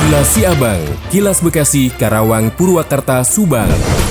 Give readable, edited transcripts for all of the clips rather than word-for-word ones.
Kilas Siabang, Kilas Bekasi, Karawang, Purwakarta, Subang.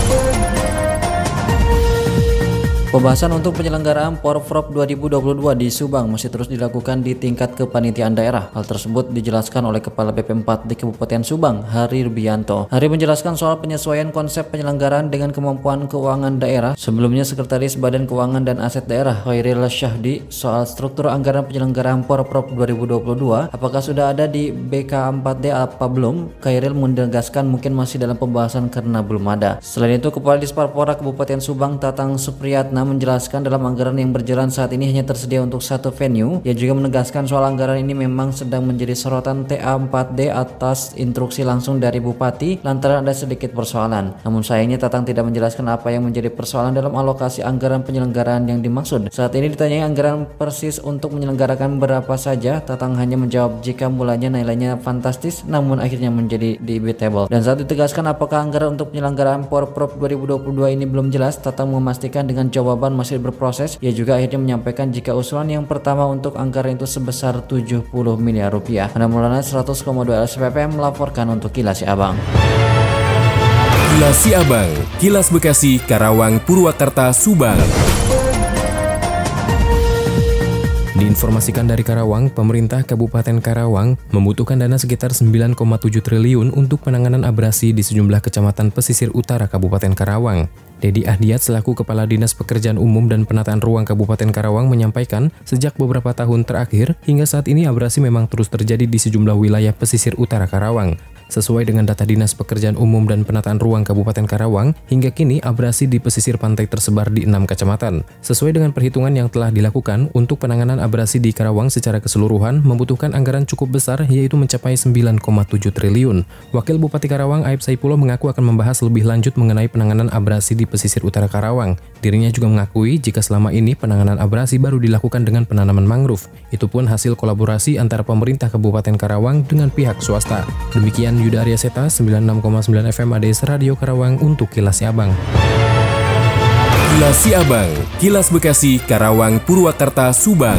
Pembahasan untuk penyelenggaraan Porprov 2022 di Subang masih terus dilakukan di tingkat kepanitiaan daerah. Hal tersebut dijelaskan oleh Kepala BP4 di Kabupaten Subang, Hari Rubianto. Hari menjelaskan soal penyesuaian konsep penyelenggaraan dengan kemampuan keuangan daerah. Sebelumnya Sekretaris Badan Keuangan dan Aset Daerah, Khairil Syahdi, soal struktur anggaran penyelenggaraan Porprov 2022, apakah sudah ada di BK4D apa belum? Khairil menegaskan mungkin masih dalam pembahasan karena belum ada. Selain itu, Kepala Disparpora Kabupaten Subang, Tatang Supriyatna, menjelaskan dalam anggaran yang berjalan saat ini hanya tersedia untuk satu venue. Ia juga menegaskan soal anggaran ini memang sedang menjadi sorotan TA4D atas instruksi langsung dari Bupati lantaran ada sedikit persoalan. Namun sayangnya Tatang tidak menjelaskan apa yang menjadi persoalan dalam alokasi anggaran penyelenggaraan yang dimaksud. Saat ini ditanyai anggaran persis untuk menyelenggarakan berapa saja, Tatang hanya menjawab jika mulanya nilainya fantastis namun akhirnya menjadi debatable. Dan saat ditegaskan apakah anggaran untuk penyelenggaraan Porprov 2022 ini belum jelas, Tatang memastikan dengan jawaban masih berproses. Ia juga akhirnya menyampaikan jika usulan yang pertama untuk anggaran itu sebesar 70 miliar rupiah. Pada mulanya 100,2 SPPM melaporkan untuk Kilas Siabang. Kilas Siabang, Kilas Bekasi, Karawang, Purwakarta, Subang. Diinformasikan dari Karawang, pemerintah Kabupaten Karawang membutuhkan dana sekitar 9,7 triliun untuk penanganan abrasi di sejumlah kecamatan pesisir utara Kabupaten Karawang. Dedi Ahdiat selaku Kepala Dinas Pekerjaan Umum dan Penataan Ruang Kabupaten Karawang menyampaikan sejak beberapa tahun terakhir hingga saat ini abrasi memang terus terjadi di sejumlah wilayah pesisir utara Karawang. Sesuai dengan data Dinas Pekerjaan Umum dan Penataan Ruang Kabupaten Karawang, hingga kini abrasi di pesisir pantai tersebar di 6 kecamatan. Sesuai dengan perhitungan yang telah dilakukan, untuk penanganan abrasi di Karawang secara keseluruhan membutuhkan anggaran cukup besar, yaitu mencapai 9,7 triliun. Wakil Bupati Karawang, Aib Saipullah, mengaku akan membahas lebih lanjut mengenai penanganan abrasi di pesisir utara Karawang. Dirinya juga mengakui jika selama ini penanganan abrasi baru dilakukan dengan penanaman mangrove. Itu pun hasil kolaborasi antara pemerintah Kabupaten Karawang dengan pihak swasta. Demikian Yuda Arya Seta, 96,9 FM ADS Radio Karawang untuk Kilas Siabang. Kilas Siabang, Kilas Bekasi, Karawang, Purwakarta, Subang.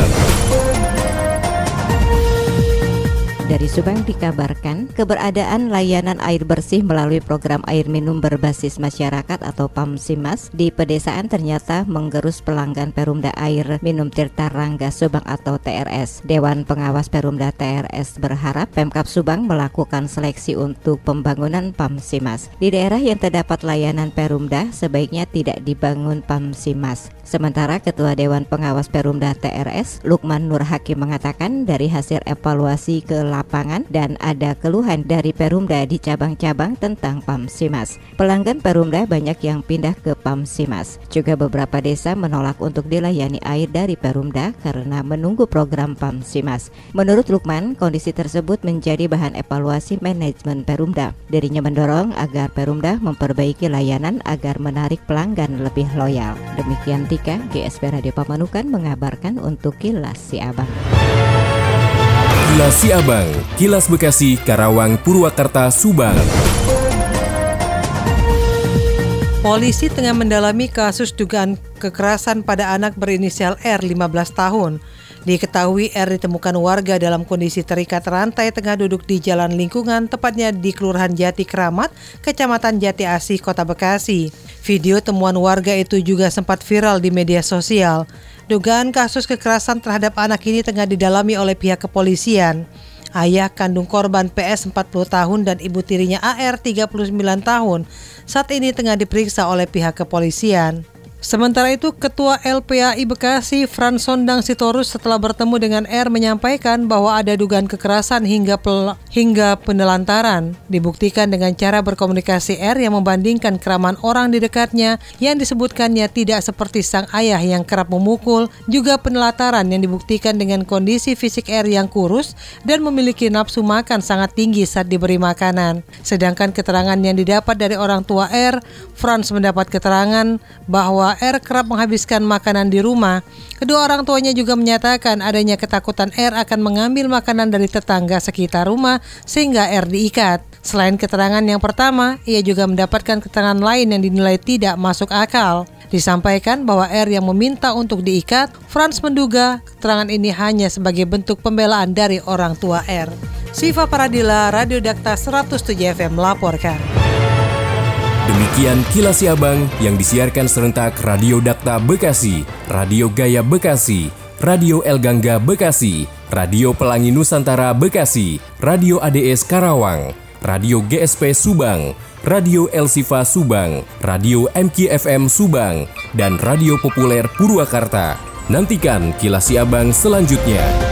Dari Subang dikabarkan keberadaan layanan air bersih melalui program air minum berbasis masyarakat atau PAMSIMAS di pedesaan ternyata menggerus pelanggan Perumda Air Minum Tirta Rangga Subang atau TRS. Dewan Pengawas Perumda TRS berharap Pemkab Subang melakukan seleksi untuk pembangunan PAMSIMAS. Di daerah yang terdapat layanan Perumda sebaiknya tidak dibangun PAMSIMAS. Sementara Ketua Dewan Pengawas Perumda TRS, Lukman Nur Hakim, mengatakan dari hasil evaluasi ke lapangan dan ada keluhan dari Perumda di cabang-cabang tentang PAMSIMAS. Pelanggan Perumda banyak yang pindah ke PAMSIMAS. Juga beberapa desa menolak untuk dilayani air dari Perumda karena menunggu program PAMSIMAS. Menurut Lukman, kondisi tersebut menjadi bahan evaluasi manajemen Perumda. Dirinya mendorong agar Perumda memperbaiki layanan agar menarik pelanggan lebih loyal. Demikian Tika, GSP Radio Pamanukan mengabarkan untuk Kilas Siabang. Kilas Siabang, Kilas Bekasi, Karawang, Purwakarta, Subang. Polisi tengah mendalami kasus dugaan kekerasan pada anak berinisial R 15 tahun. Diketahui R ditemukan warga dalam kondisi terikat rantai tengah duduk di jalan lingkungan, tepatnya di Kelurahan Jati Kramat, Kecamatan Jati Asih, Kota Bekasi. Video temuan warga itu juga sempat viral di media sosial. Dugaan kasus kekerasan terhadap anak ini tengah didalami oleh pihak kepolisian. Ayah kandung korban PS 40 tahun dan ibu tirinya AR 39 tahun saat ini tengah diperiksa oleh pihak kepolisian. Sementara itu, Ketua LPAI Bekasi, Frans Sondang Sitorus, setelah bertemu dengan R menyampaikan bahwa ada dugaan kekerasan hingga penelantaran. Dibuktikan dengan cara berkomunikasi R yang membandingkan keramaan orang di dekatnya yang disebutkannya tidak seperti sang ayah yang kerap memukul, juga penelantaran yang dibuktikan dengan kondisi fisik R yang kurus dan memiliki nafsu makan sangat tinggi saat diberi makanan. Sedangkan keterangan yang didapat dari orang tua R, Frans mendapat keterangan bahwa R kerap menghabiskan makanan di rumah. Kedua orang tuanya juga menyatakan adanya ketakutan R akan mengambil makanan dari tetangga sekitar rumah sehingga R diikat. Selain keterangan yang pertama, ia juga mendapatkan keterangan lain yang dinilai tidak masuk akal. Disampaikan bahwa R yang meminta untuk diikat, Frans menduga keterangan ini hanya sebagai bentuk pembelaan dari orang tua R. Siva Paradila, Radio Dakta 107 FM melaporkan. Demikian Kilas Siabang yang disiarkan serentak Radio Dakta Bekasi, Radio Gaya Bekasi, Radio El Gangga Bekasi, Radio Pelangi Nusantara Bekasi, Radio ADS Karawang, Radio GSP Subang, Radio El Sifa Subang, Radio MKFM Subang, dan Radio Populer Purwakarta. Nantikan Kilas Siabang selanjutnya.